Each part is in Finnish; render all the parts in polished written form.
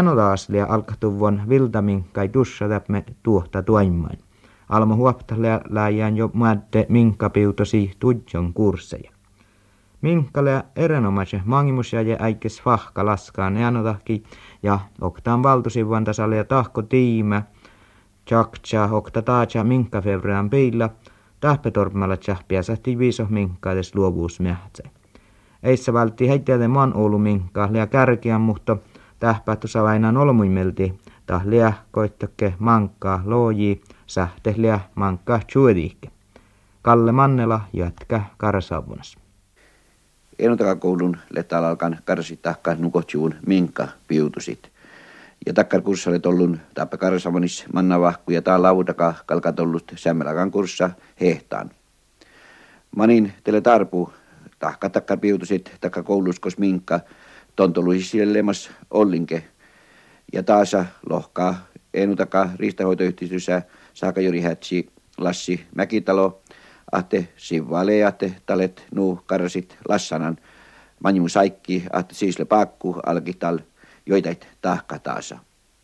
Äänolaaslia alkahtuvon viltaminkkai tussa täpme tuohta tuaimain. Almo huopta läjään jo muadde minkkapiutosi tudjon kursseja. Minkkale erinomaisen mangimusjaje äikes vahka laskaan äänotahki ja oktaan valtusivuan tasalle ja tahko tiimä. Tjaktja okta taatja minkkafevrean peillä. Tähpetorpmalla tjahpia sähti viiso minkkaades luovuusmähtsä. Eissä vältti heittäjäten maan Oulu minkkaa ja kärkiän, mutta tähpättusa väinään olmuimelti. Tahlia koittokke mankkaa looji, sähtehliä mankkaa tjuediikke. Kalle Mannela jätkä Karsavunas. Enotakakoulun lehtalalkan karsitahka nukotjuun minkka piutusit. Ja takkar kurssalle tollun tappe Karsavanis mannavahku ja taa laudaka kalkatollut sämmäläkan kurssa hehtaan. Manin tele tarpu tahka takkar piutusit takka kouluskos minkka tontoluisi sille lemas ollinke. Ja taasa lohkaa enutaka riistahoitoyhteistyössä Saakajori Hätsi Lassi Mäkitalo ahte sivvaale ahte talet nuu karsit lassanan manjum saikki ahte siisle paakku alkital joitait tahka taasa.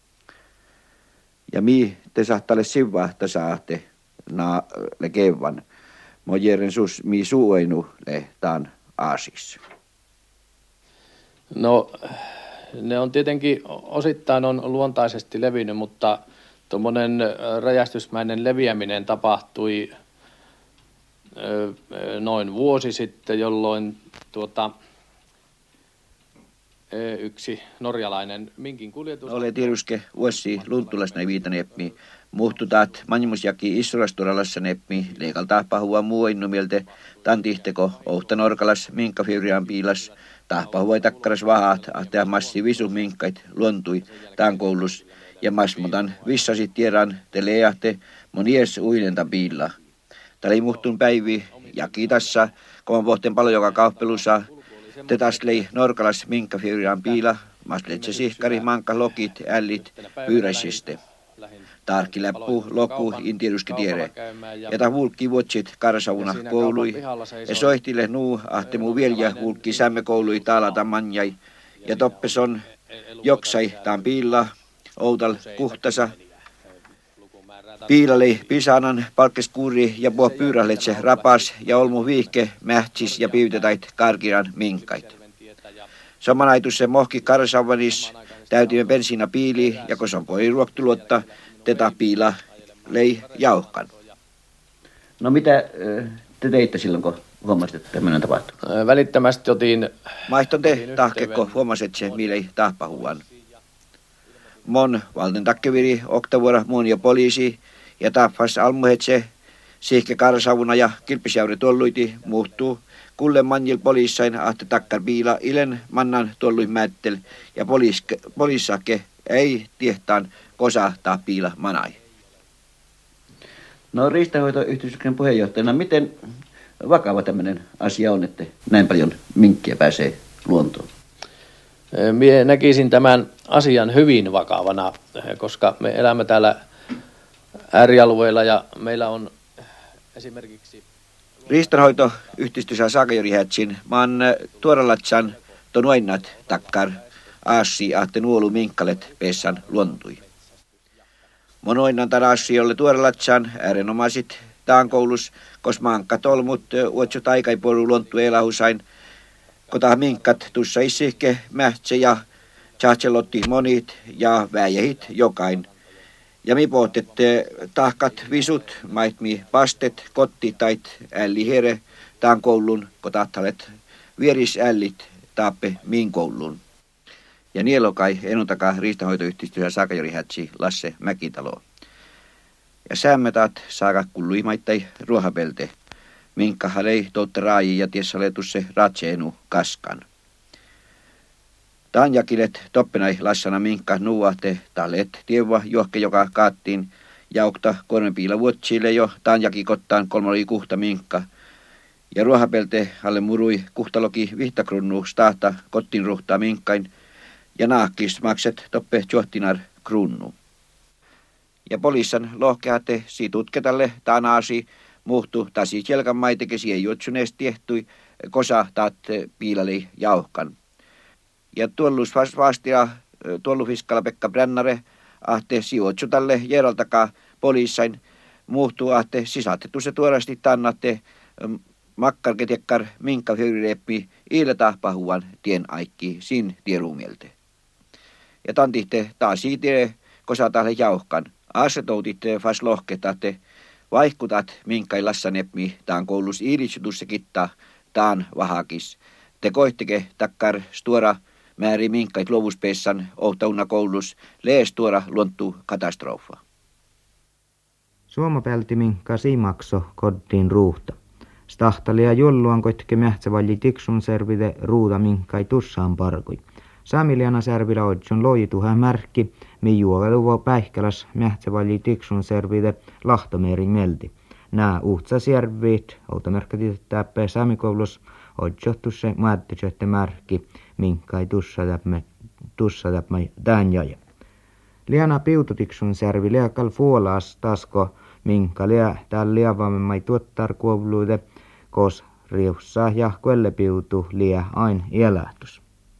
Ja mi te saattale sivva tasa ahte na le kevan mojeren sus mi suueinu le taan aasis. No ne on tietenkin osittain on luontaisesti levinnyt, mutta tuommoinen räjähdysmäinen leviäminen tapahtui noin vuosi sitten, jolloin yksi norjalainen minkin kuljetus... Ole tieduske vuosi lunttulasna viitaneppi. Muhtutaat manjumusjaki issurasturalassa neppi. Leikalta pahua muoinnu mieltä tantihteko ohta norkalas minkkafyriaan piilas. Tahpahuai takkaras vahat ahtea massi visu minkkait luontui tämän koulus. Ja masmutan vissasit tiedän te leahte monies uinenta piilla. Tällä muhtun päivi jaki tässä kovan pohten paljon joka kauppelussa. Te taas lei norkalas minkkafyriaan piila. Masletse sihkari manka lokit ällit pyyräisiste. Tarkki läppu, loku, intieduski tiere. Ja ta vulkki vuotsit Karsavuna koului. Ja soihtille nuu ahtemu vielä vulkki sämme koului taalata manjai. Ja toppes on joksai taan piilla, outal kuhtasa. Piilali pisanan palkkeskuuri ja puo pyyräletse rapas ja olmu viihke mähtsis ja pyytetait karkiran minkait. Samanaitus se mohki Karsavanis täytimme bensiina piili ja koson poi ruoktulotta tätä piila lei jauhkan. No mitä te teitte silloin, kun huomasitte, että tämmöinen tapahtui? Välittömästi otin... Maihton te tahkekko huomasit se, mille tahpahuan. Mon valten takkeviri oktavuora muun ja poliisi ja tappas almuhetse sihke Karsavuna ja kilpisjäyri tuolluiti muuttuu. Kulle manjil poliissain ahte takkar piila ilen mannan tuollui määttel ja poliissake ei tiehtaan kosahtaa piila manai. No riistanhoitoyhdistyksen puheenjohtajana, miten vakava tämmöinen asia on, että näin paljon minkkiä pääsee luontoon? Minä näkisin tämän asian hyvin vakavana, koska me elämme täällä äärialueilla ja meillä on esimerkiksi... Riistanhoitoyhdistys Saakajori Hätsin maan tuoralatsan tonuainnat takkar aassi ahte nuolu minkkalet peessan luontui. Monoinnan tarassi jolle tuoralatsan äärenomaisit taan koulus, kos mankka tolmut uotsut aikaipuolu luontu elahusain, kota minkkat tussa issihke mähtsä ja tjahtselotti monit ja väijähit jokain. Ja mi pohtette tahkat visut, maitmi pastet, kotti tait älli here, taan koulun, kotahtalet vieris ällit taappe miin koulun. Ja nielokai enutaka riistanhoitoyhteistyö Saakajori Hätsi Lasse Mäkitalo. Ja sämmetaat saaka kulluimaittai ruohapelte, minkka halei toutta raaji ja tiessaletusse ratseenu kaskan. Taanjakilet toppenai lassana minkka nuuahte talet tieva johke joka kaattiin jaukta 3 piila vuotsille jo taanjaki kottaan 3 kuhta minkka. Ja ruohapelte alle murui kuhtaloki vihtakrunnu stahta kottiin ruhtaa minkkain ja naakkis makset toppe johtinar krunnu. Ja poliissan lohkeate situtketalle taanaasi muhtu tasi jelkan maitekesi ei jutsuneesti tiehtui kosa taat piilali jauhkan. Ja tuollus vastia tuollufiskala Pekka Brännare ahte sijoitsu tälle Jeroltakaa poliissain muuttuu ahte sisaatettu se tuorasti tannatte makkarketiekkar minkä hyyreppi iileta pahuan tien aikki sin tieruumielte. Ja tantihte taas siitä kosatahle jauhkan. Aasetoutitte fas lohketatte vaihkutat minkä lassanepmi taan koulus iilitsutusse kitta taan vahakis. Te koitteke takkar stuora määri minkäit lovuspeessan ohtauna koulus lees tuora luontu katastrofa. Suomapälti minkka simakso koddiin ruuhta. Stahtalia julluan koitke mähtsävalli tiksun servide ruuta minkai tussaan parkui. Saamiliana servillä odjon loituhä märkki, mi juoveluvo päihkäläs mähtsävalli tiksun servide lahtomeerin melti. Nää uhtsas järviit, outamärkkätit täppä saamikoulus, odjottusse määttösötte märkki, minkai tussadäpmä tän jaja. Liana piututiksun servi liakal fuolaas tasko, minkä lia täällä liavammai tuottar kuovluide, kos riussa ja kuelle piutu lia ain elähtys.